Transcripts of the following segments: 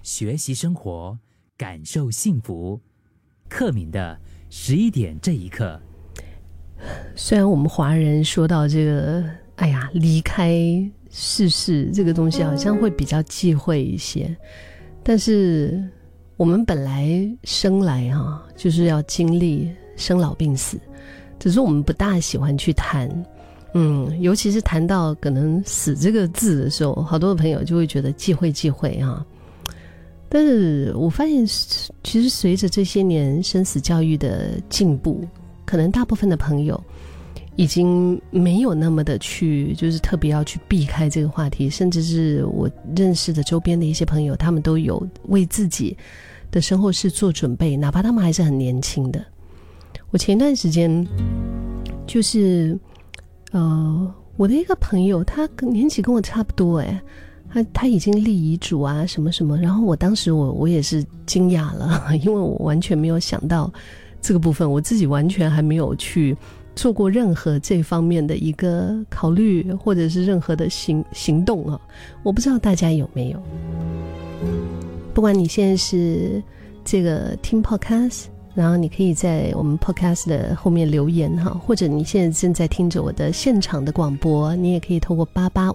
学习生活，感受幸福。克敏的11点这一刻。 虽然我们华人说到这个，离开世事这个东西好像会比较忌讳一些，但是我们本来生来就是要经历生老病死，只是我们不大喜欢去谈。尤其是谈到可能死这个字的时候，好多的朋友就会觉得忌讳但是我发现其实随着这些年生死教育的进步，可能大部分的朋友已经没有那么的去就是特别要去避开这个话题，甚至是我认识的周边的一些朋友，他们都有为自己的身后事做准备，哪怕他们还是很年轻的。我前段时间就是我的一个朋友，他年纪跟我差不多他已经立遗嘱啊什么什么，然后我当时我也是惊讶了，因为我完全没有想到这个部分，我自己完全还没有去做过任何这方面的一个考虑，或者是任何的行动我不知道大家有没有。不管你现在是这个听 podcast， 然后你可以在我们 podcast 的后面留言或者你现在正在听着我的现场的广播，你也可以透过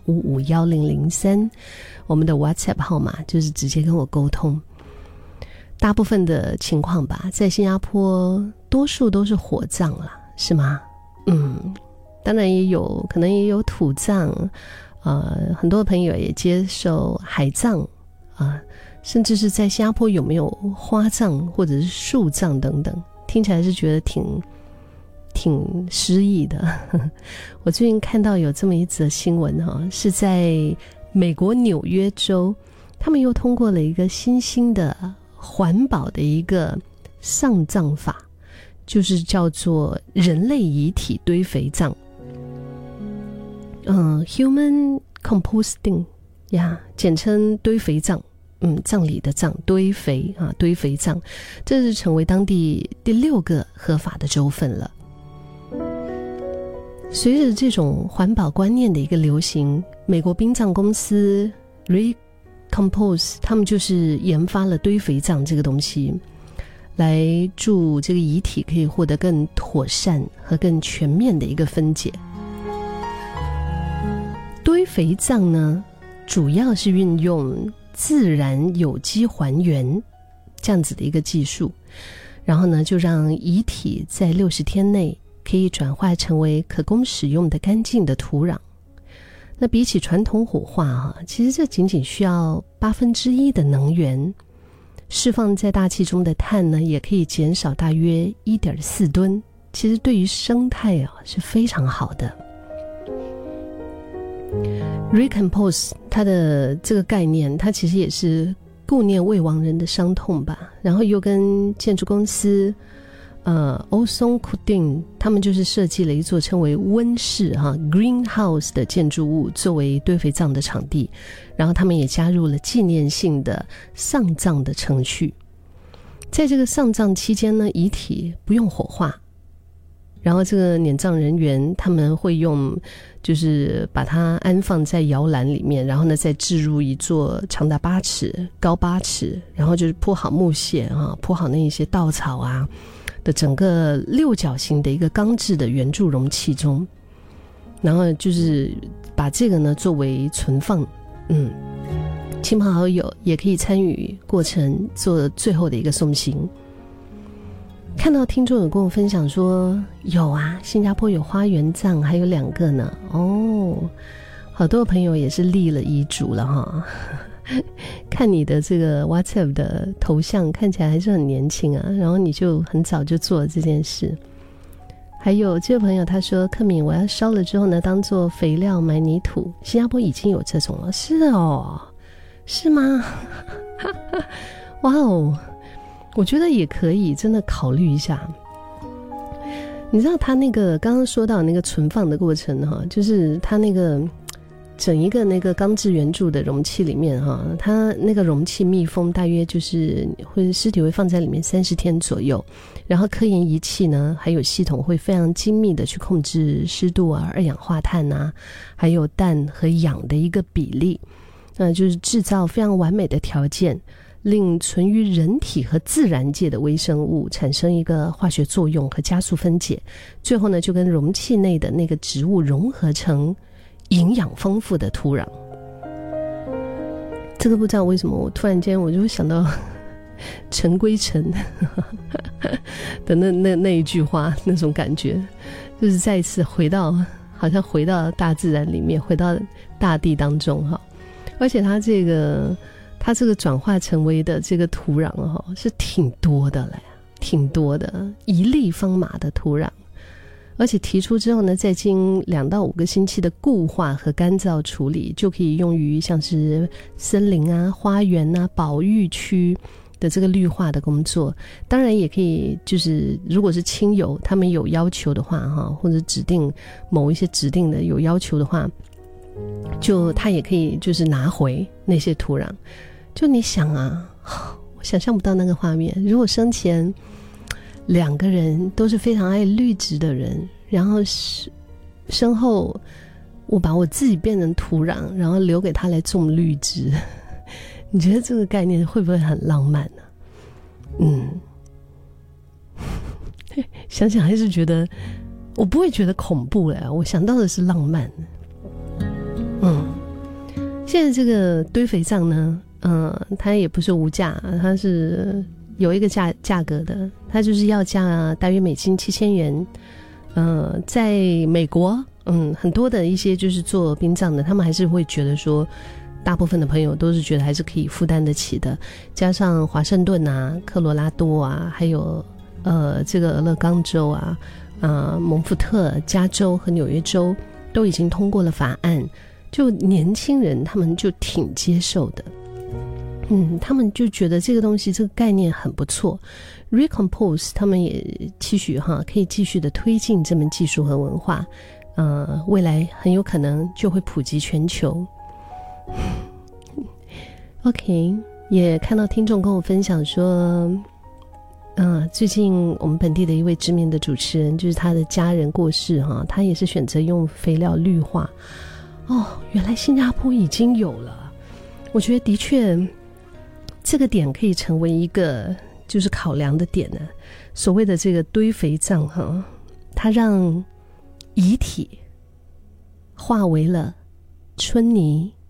88551003我们的 WhatsApp 号码，就是直接跟我沟通。大部分的情况吧，在新加坡多数都是火葬啦，是吗？当然可能也有土葬，很多朋友也接受海葬甚至是在新加坡有没有花葬或者是树葬等等，听起来是觉得挺诗意的。我最近看到有这么一则新闻是在美国纽约州，他们又通过了一个新兴的环保的一个丧葬法，就是叫做人类遗体堆肥葬，human composting 简称堆肥葬。葬礼的葬，堆肥葬，这是成为当地第6个合法的州份了。随着这种环保观念的一个流行，美国殡葬公司 Recompose 他们就是研发了堆肥葬这个东西，来助这个遗体可以获得更妥善和更全面的一个分解。堆肥葬呢，主要是运用自然有机还原这样子的一个技术，然后呢就让遗体在60天内可以转化成为可供使用的干净的土壤。那比起传统火化其实这仅仅需要1/8的能源，释放在大气中的碳呢也可以减少大约 1.4 吨，其实对于生态是非常好的。Recompose 它的这个概念，它其实也是顾念未亡人的伤痛吧，然后又跟建筑公司Osong Kuding 他们就是设计了一座称为温室Greenhouse 的建筑物作为堆肥葬的场地，然后他们也加入了纪念性的丧葬的程序。在这个丧葬期间呢，遗体不用火化，然后这个撵葬人员他们会就是把它安放在摇篮里面，然后呢再置入一座长达8尺高8尺，然后就是铺好木屑铺好那一些稻草的整个6角形的一个钢制的圆柱容器中，然后就是把这个呢作为存放，亲朋好友也可以参与过程做最后的一个送行。看到听众有跟我分享说有新加坡有花园葬，还有2个呢。好多朋友也是立了遗嘱了看你的这个 WhatsApp 的头像看起来还是很年轻然后你就很早就做了这件事。还有这位朋友他说，克敏，我要烧了之后呢当做肥料埋泥土，新加坡已经有这种了。是吗？哇我觉得也可以真的考虑一下。你知道他那个刚刚说到那个存放的过程就是他那个整一个那个钢制圆柱的容器里面它那个容器密封大约就是尸体会放在里面30天左右，然后科研仪器呢还有系统会非常精密的去控制湿度二氧化碳还有氮和氧的一个比例，就是制造非常完美的条件令存于人体和自然界的微生物产生一个化学作用和加速分解，最后呢就跟容器内的那个植物融合成营养丰富的土壤。这个不知道为什么我突然间我就想到尘归尘的那一句话，那种感觉就是再一次好像回到大自然里面，回到大地当中哈。而且它这个转化成为的这个土壤哈是挺多的了，挺多的，1立方码的土壤。而且提出之后呢，再经2到5个星期的固化和干燥处理，就可以用于像是森林啊、花园啊、保育区的这个绿化的工作。当然也可以就是如果是亲友他们有要求的话哈，或者指定某一些指定的有要求的话，就他也可以就是拿回那些土壤。就你想啊，我想象不到那个画面，如果生前2个人都是非常爱绿植的人，然后身后我把我自己变成土壤，然后留给他来种绿植，你觉得这个概念会不会很浪漫呢？想想还是觉得，我不会觉得恐怖了，我想到的是浪漫。现在这个堆肥葬呢，它也不是无价，它是有一个价格的，它就是要价大约美金7000元。在美国，很多的一些就是做殡葬的，他们还是会觉得说，大部分的朋友都是觉得还是可以负担得起的。加上华盛顿啊、科罗拉多啊，还有这个俄勒冈州啊、蒙福特、加州和纽约州都已经通过了法案，就年轻人他们就挺接受的。他们就觉得这个东西这个概念很不错。Recompose 他们也期许可以继续的推进这门技术和文化，未来很有可能就会普及全球。OK， 也看到听众跟我分享说，最近我们本地的一位知名的主持人，就是他的家人过世他也是选择用肥料绿化。原来新加坡已经有了，我觉得的确这个点可以成为一个就是考量的点呢。所谓的这个堆肥葬它让遗体化为了春泥